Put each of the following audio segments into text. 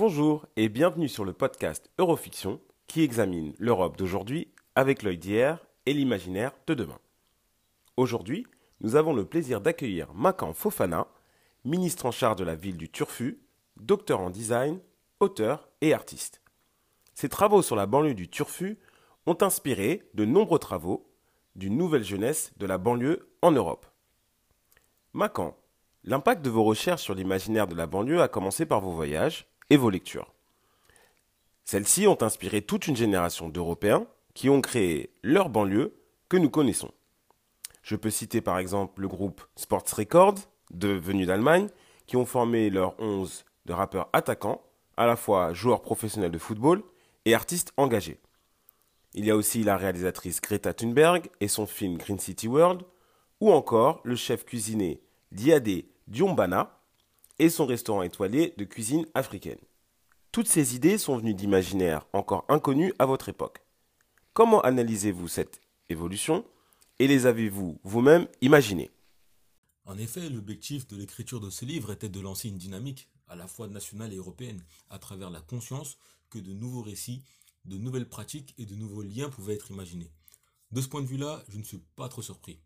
Bonjour et bienvenue sur le podcast Eurofiction qui examine l'Europe d'aujourd'hui avec l'œil d'hier et l'imaginaire de demain. Aujourd'hui, nous avons le plaisir d'accueillir Makan Fofana, ministre en charge de la ville du Turfu, docteur en design, auteur et artiste. Ses travaux sur la banlieue du Turfu ont inspiré de nombreux travaux d'une nouvelle jeunesse de la banlieue en Europe. Makan, l'impact de vos recherches sur l'imaginaire de la banlieue a commencé par vos voyages et vos lectures. Celles-ci ont inspiré toute une génération d'Européens qui ont créé leur banlieue que nous connaissons. Je peux citer par exemple le groupe Sports Records, venu d'Allemagne, qui ont formé leurs 11 de rappeurs attaquants, à la fois joueurs professionnels de football et artistes engagés. Il y a aussi la réalisatrice Greta Thunberg et son film Green City World, ou encore le chef cuisinier Diadé Diombana et son restaurant étoilé de cuisine africaine. Toutes ces idées sont venues d'imaginaires encore inconnus à votre époque. Comment analysez-vous cette évolution et les avez-vous vous-même imaginées? En effet, l'objectif de l'écriture de ce livre était de lancer une dynamique à la fois nationale et européenne, à travers la conscience que de nouveaux récits, de nouvelles pratiques et de nouveaux liens pouvaient être imaginés. De ce point de vue-là, je ne suis pas trop surpris.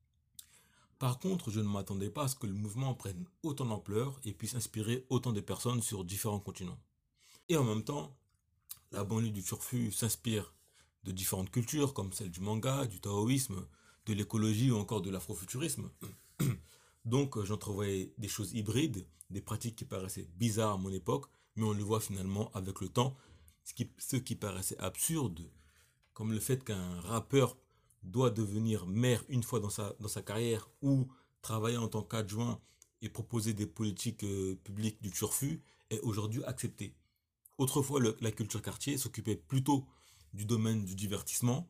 Par contre, je ne m'attendais pas à ce que le mouvement prenne autant d'ampleur et puisse inspirer autant de personnes sur différents continents. Et en même temps, la banlieue du Turfu s'inspire de différentes cultures comme celle du manga, du taoïsme, de l'écologie ou encore de l'afrofuturisme. Donc j'entrevoyais des choses hybrides, des pratiques qui paraissaient bizarres à mon époque, mais on le voit finalement avec le temps, ce qui paraissait absurde, comme le fait qu'un rappeur doit devenir maire une fois dans sa carrière ou travailler en tant qu'adjoint et proposer des politiques publiques du turfu, est aujourd'hui accepté. Autrefois, la culture quartier s'occupait plutôt du domaine du divertissement,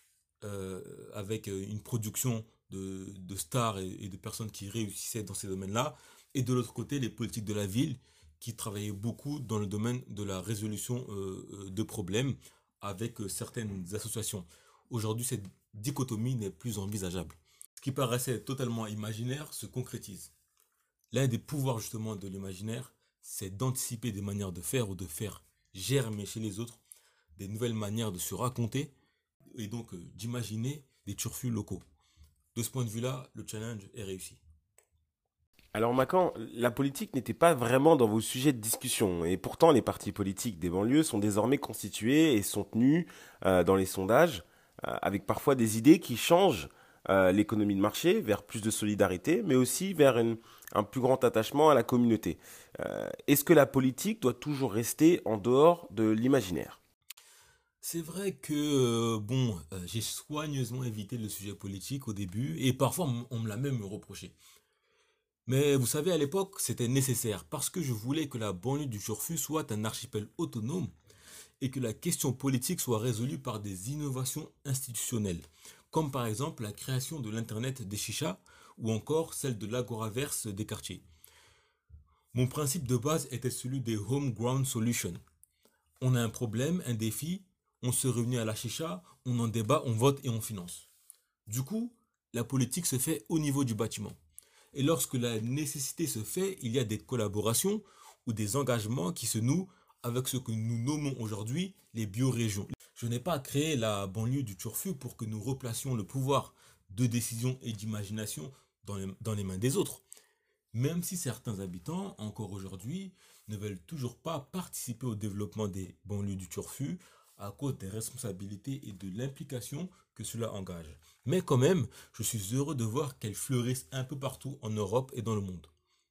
avec une production de stars et de personnes qui réussissaient dans ces domaines-là. Et de l'autre côté, les politiques de la ville qui travaillaient beaucoup dans le domaine de la résolution de problèmes avec certaines associations. Aujourd'hui, cette dichotomie n'est plus envisageable. Ce qui paraissait totalement imaginaire se concrétise. L'un des pouvoirs justement de l'imaginaire, c'est d'anticiper des manières de faire ou de faire germer chez les autres des nouvelles manières de se raconter et donc d'imaginer des turfus locaux. De ce point de vue-là, le challenge est réussi. Alors Makan, la politique n'était pas vraiment dans vos sujets de discussion et pourtant les partis politiques des banlieues sont désormais constitués et sont tenus dans les sondages avec parfois des idées qui changent l'économie de marché vers plus de solidarité mais aussi vers un plus grand attachement à la communauté. Est-ce que la politique doit toujours rester en dehors de l'imaginaire? C'est vrai que, j'ai soigneusement évité le sujet politique au début et parfois on me l'a même reproché. Mais vous savez, à l'époque, c'était nécessaire parce que je voulais que la banlieue du Turfu soit un archipel autonome et que la question politique soit résolue par des innovations institutionnelles, comme par exemple la création de l'Internet des chichas ou encore celle de l'agoraverse des quartiers. Mon principe de base était celui des homegrown solutions. On a un problème, un défi, on se réunit à la chicha, on en débat, on vote et on finance. Du coup, la politique se fait au niveau du bâtiment. Et lorsque la nécessité se fait, il y a des collaborations ou des engagements qui se nouent avec ce que nous nommons aujourd'hui les biorégions. Je n'ai pas créé la banlieue du Turfu pour que nous replacions le pouvoir de décision et d'imagination dans les mains des autres. Même si certains habitants, encore aujourd'hui, ne veulent toujours pas participer au développement des banlieues du Turfu à cause des responsabilités et de l'implication que cela engage. Mais quand même, je suis heureux de voir qu'elles fleurissent un peu partout en Europe et dans le monde.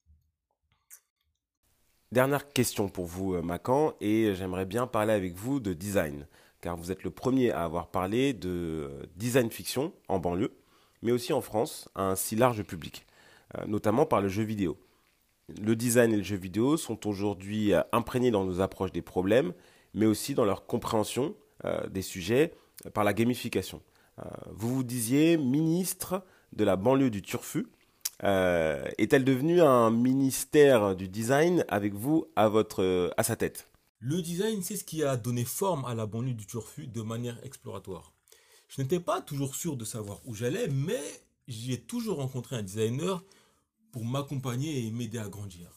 Dernière question pour vous, Makan, et j'aimerais bien parler avec vous de design, car vous êtes le premier à avoir parlé de design fiction en banlieue, mais aussi en France, à un si large public, notamment par le jeu vidéo. Le design et le jeu vidéo sont aujourd'hui imprégnés dans nos approches des problèmes, mais aussi dans leur compréhension des sujets par la gamification. Vous vous disiez ministre de la banlieue du Turfu. Est-elle devenue un ministère du design avec vous à sa tête? Le design, c'est ce qui a donné forme à la banlieue du Turfu de manière exploratoire. Je n'étais pas toujours sûr de savoir où j'allais, mais j'y ai toujours rencontré un designer pour m'accompagner et m'aider à grandir.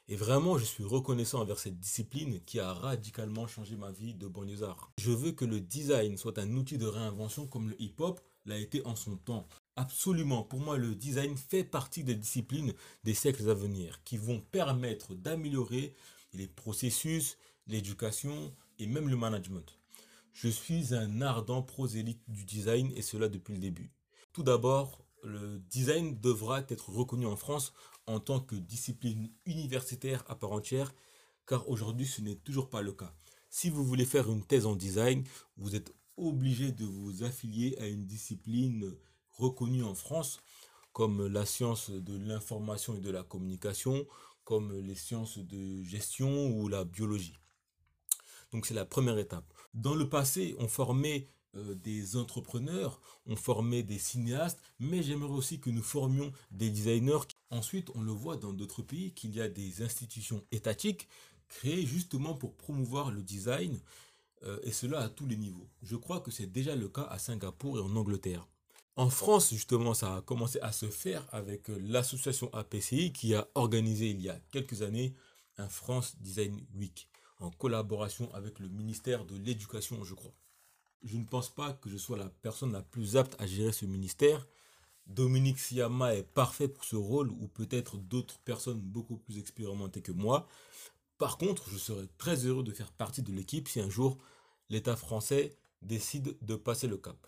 Et vraiment, je suis reconnaissant envers cette discipline qui a radicalement changé ma vie de banlieusard. Je veux que le design soit un outil de réinvention comme le hip-hop l'a été en son temps. Absolument, pour moi, le design fait partie des disciplines des siècles à venir qui vont permettre d'améliorer les processus, l'éducation et même le management. Je suis un ardent prosélyte du design et cela depuis le début. Tout d'abord, le design devra être reconnu en France en tant que discipline universitaire à part entière, car aujourd'hui ce n'est toujours pas le cas. Si vous voulez faire une thèse en design, vous êtes obligé de vous affilier à une discipline reconnue en France, comme la science de l'information et de la communication, comme les sciences de gestion ou la biologie. Donc c'est la première étape. Dans le passé, on formait des entrepreneurs, on formait des cinéastes, mais j'aimerais aussi que nous formions des designers. Ensuite, on le voit dans d'autres pays qu'il y a des institutions étatiques créées justement pour promouvoir le design, et cela à tous les niveaux. Je crois que c'est déjà le cas à Singapour et en Angleterre. En France, justement, ça a commencé à se faire avec l'association APCI qui a organisé il y a quelques années un France Design Week en collaboration avec le ministère de l'Éducation, je crois. Je ne pense pas que je sois la personne la plus apte à gérer ce ministère. Dominique Siyama est parfait pour ce rôle, ou peut-être d'autres personnes beaucoup plus expérimentées que moi. Par contre, je serais très heureux de faire partie de l'équipe si un jour l'État français décide de passer le cap.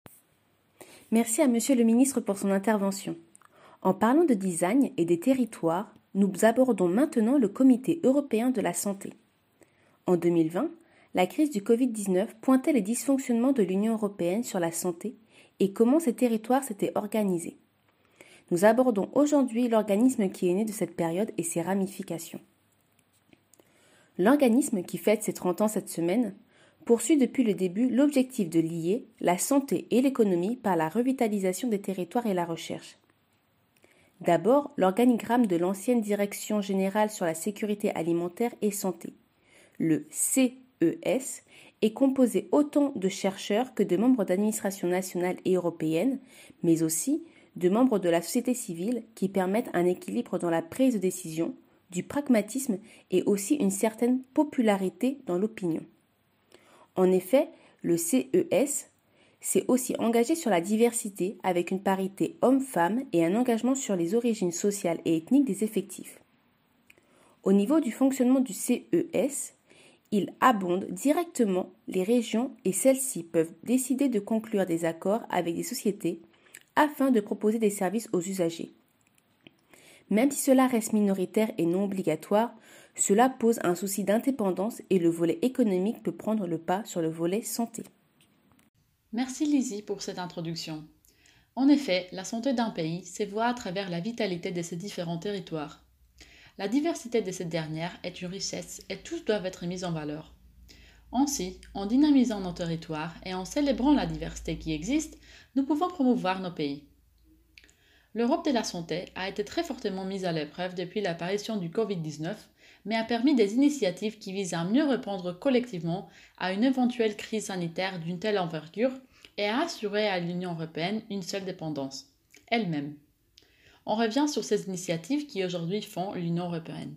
Merci à Monsieur le ministre pour son intervention. En parlant de design et des territoires, nous abordons maintenant le Comité européen de la santé. En 2020, la crise du Covid-19 pointait les dysfonctionnements de l'Union européenne sur la santé et comment ces territoires s'étaient organisés. Nous abordons aujourd'hui l'organisme qui est né de cette période et ses ramifications. L'organisme, qui fête ses 30 ans cette semaine, poursuit depuis le début l'objectif de lier la santé et l'économie par la revitalisation des territoires et la recherche. D'abord, l'organigramme de l'ancienne Direction générale sur la sécurité alimentaire et santé, le CES, est composé autant de chercheurs que de membres d'administrations nationales et européennes, mais aussi de membres de la société civile qui permettent un équilibre dans la prise de décision, du pragmatisme et aussi une certaine popularité dans l'opinion. En effet, le CES s'est aussi engagé sur la diversité avec une parité homme-femme et un engagement sur les origines sociales et ethniques des effectifs. Au niveau du fonctionnement du CES, il abonde directement les régions et celles-ci peuvent décider de conclure des accords avec des sociétés afin de proposer des services aux usagers. Même si cela reste minoritaire et non obligatoire, cela pose un souci d'indépendance et le volet économique peut prendre le pas sur le volet santé. Merci Lizzie pour cette introduction. En effet, la santé d'un pays s'évoit à travers la vitalité de ses différents territoires. La diversité de cette dernière est une richesse et tous doivent être mis en valeur. Ainsi, en dynamisant nos territoires et en célébrant la diversité qui existe, nous pouvons promouvoir nos pays. L'Europe de la santé a été très fortement mise à l'épreuve depuis l'apparition du Covid-19, mais a permis des initiatives qui visent à mieux répondre collectivement à une éventuelle crise sanitaire d'une telle envergure et à assurer à l'Union européenne une seule dépendance, elle-même. On revient sur ces initiatives qui aujourd'hui font l'Union européenne.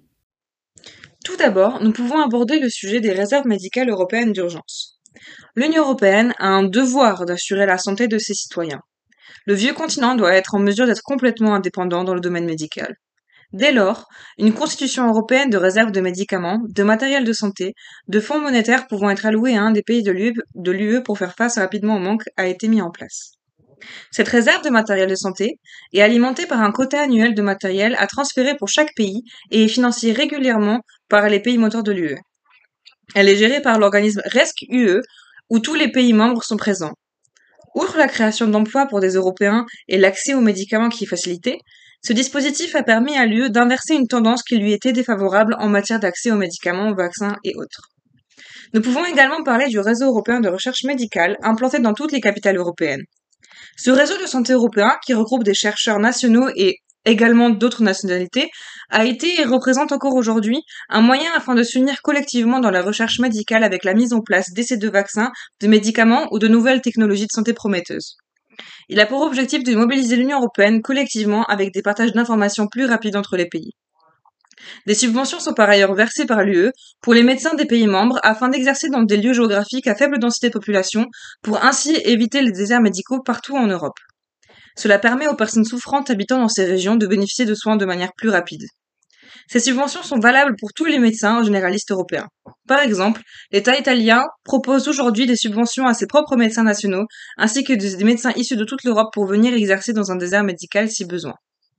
Tout d'abord, nous pouvons aborder le sujet des réserves médicales européennes d'urgence. L'Union européenne a un devoir d'assurer la santé de ses citoyens. Le vieux continent doit être en mesure d'être complètement indépendant dans le domaine médical. Dès lors, une constitution européenne de réserve de médicaments, de matériel de santé, de fonds monétaires pouvant être alloués à un des pays de l'UE pour faire face rapidement au manque a été mis en place. Cette réserve de matériel de santé est alimentée par un quota annuel de matériel à transférer pour chaque pays et est financée régulièrement par les pays moteurs de l'UE. Elle est gérée par l'organisme RESC-UE où tous les pays membres sont présents. Outre la création d'emplois pour des Européens et l'accès aux médicaments qui est facilité, ce dispositif a permis à l'UE d'inverser une tendance qui lui était défavorable en matière d'accès aux médicaments, aux vaccins et autres. Nous pouvons également parler du réseau européen de recherche médicale implanté dans toutes les capitales européennes. Ce réseau de santé européen, qui regroupe des chercheurs nationaux et également d'autres nationalités, a été et représente encore aujourd'hui un moyen afin de s'unir collectivement dans la recherche médicale avec la mise en place d'essais de vaccins, de médicaments ou de nouvelles technologies de santé prometteuses. Il a pour objectif de mobiliser l'Union européenne collectivement avec des partages d'informations plus rapides entre les pays. Des subventions sont par ailleurs versées par l'UE pour les médecins des pays membres afin d'exercer dans des lieux géographiques à faible densité de population pour ainsi éviter les déserts médicaux partout en Europe. Cela permet aux personnes souffrantes habitant dans ces régions de bénéficier de soins de manière plus rapide. Ces subventions sont valables pour tous les médecins généralistes européens. Par exemple, l'État italien propose aujourd'hui des subventions à ses propres médecins nationaux, ainsi que des médecins issus de toute l'Europe pour venir exercer dans un désert médical si besoin.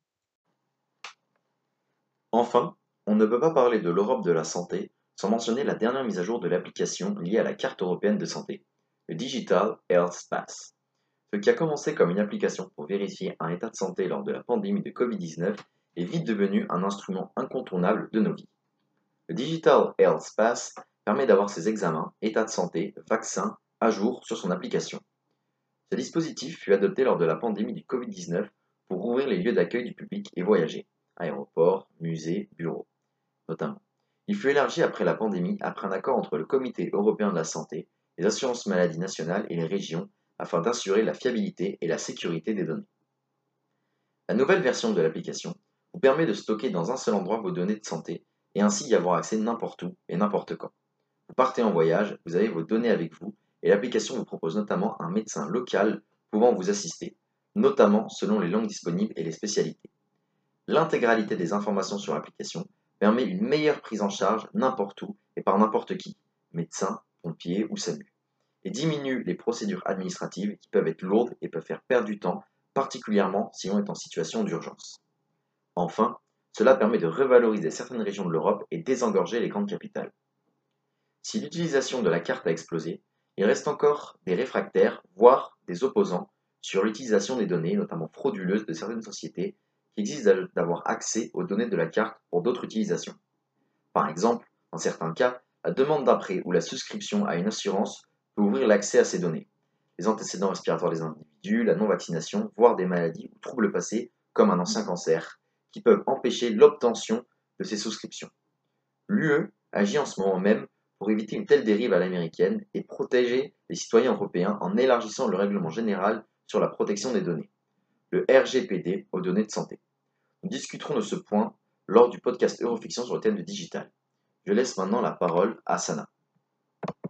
Enfin, on ne peut pas parler de l'Europe de la santé sans mentionner la dernière mise à jour de l'application liée à la carte européenne de santé, le Digital Health Pass. Ce qui a commencé comme une application pour vérifier un état de santé lors de la pandémie de Covid-19 est vite devenu un instrument incontournable de nos vies. Le Digital Health Pass permet d'avoir ses examens, états de santé, vaccins à jour sur son application. Ce dispositif fut adopté lors de la pandémie du Covid-19 pour ouvrir les lieux d'accueil du public et voyager, aéroports, musées, bureaux, notamment. Il fut élargi après la pandémie après un accord entre le Comité européen de la santé, les assurances maladie nationales et les régions afin d'assurer la fiabilité et la sécurité des données. La nouvelle version de l'application vous permet de stocker dans un seul endroit vos données de santé et ainsi y avoir accès n'importe où et n'importe quand. Vous partez en voyage, vous avez vos données avec vous et l'application vous propose notamment un médecin local pouvant vous assister, notamment selon les langues disponibles et les spécialités. L'intégralité des informations sur l'application permet une meilleure prise en charge n'importe où et par n'importe qui, médecin, pompier ou SAMU, et diminue les procédures administratives qui peuvent être lourdes et peuvent faire perdre du temps, particulièrement si on est en situation d'urgence. Enfin, cela permet de revaloriser certaines régions de l'Europe et désengorger les grandes capitales. Si l'utilisation de la carte a explosé, il reste encore des réfractaires, voire des opposants, sur l'utilisation des données, notamment frauduleuses de certaines sociétés, qui exigent d'avoir accès aux données de la carte pour d'autres utilisations. Par exemple, dans certains cas, la demande d'un prêt ou la souscription à une assurance peut ouvrir l'accès à ces données. Les antécédents respiratoires des individus, la non-vaccination, voire des maladies ou troubles passés, comme un ancien cancer, qui peuvent empêcher l'obtention de ces souscriptions. L'UE agit en ce moment même pour éviter une telle dérive à l'américaine et protéger les citoyens européens en élargissant le règlement général sur la protection des données, le RGPD, aux données de santé. Nous discuterons de ce point lors du podcast Eurofiction sur le thème du digital. Je laisse maintenant la parole à Sana.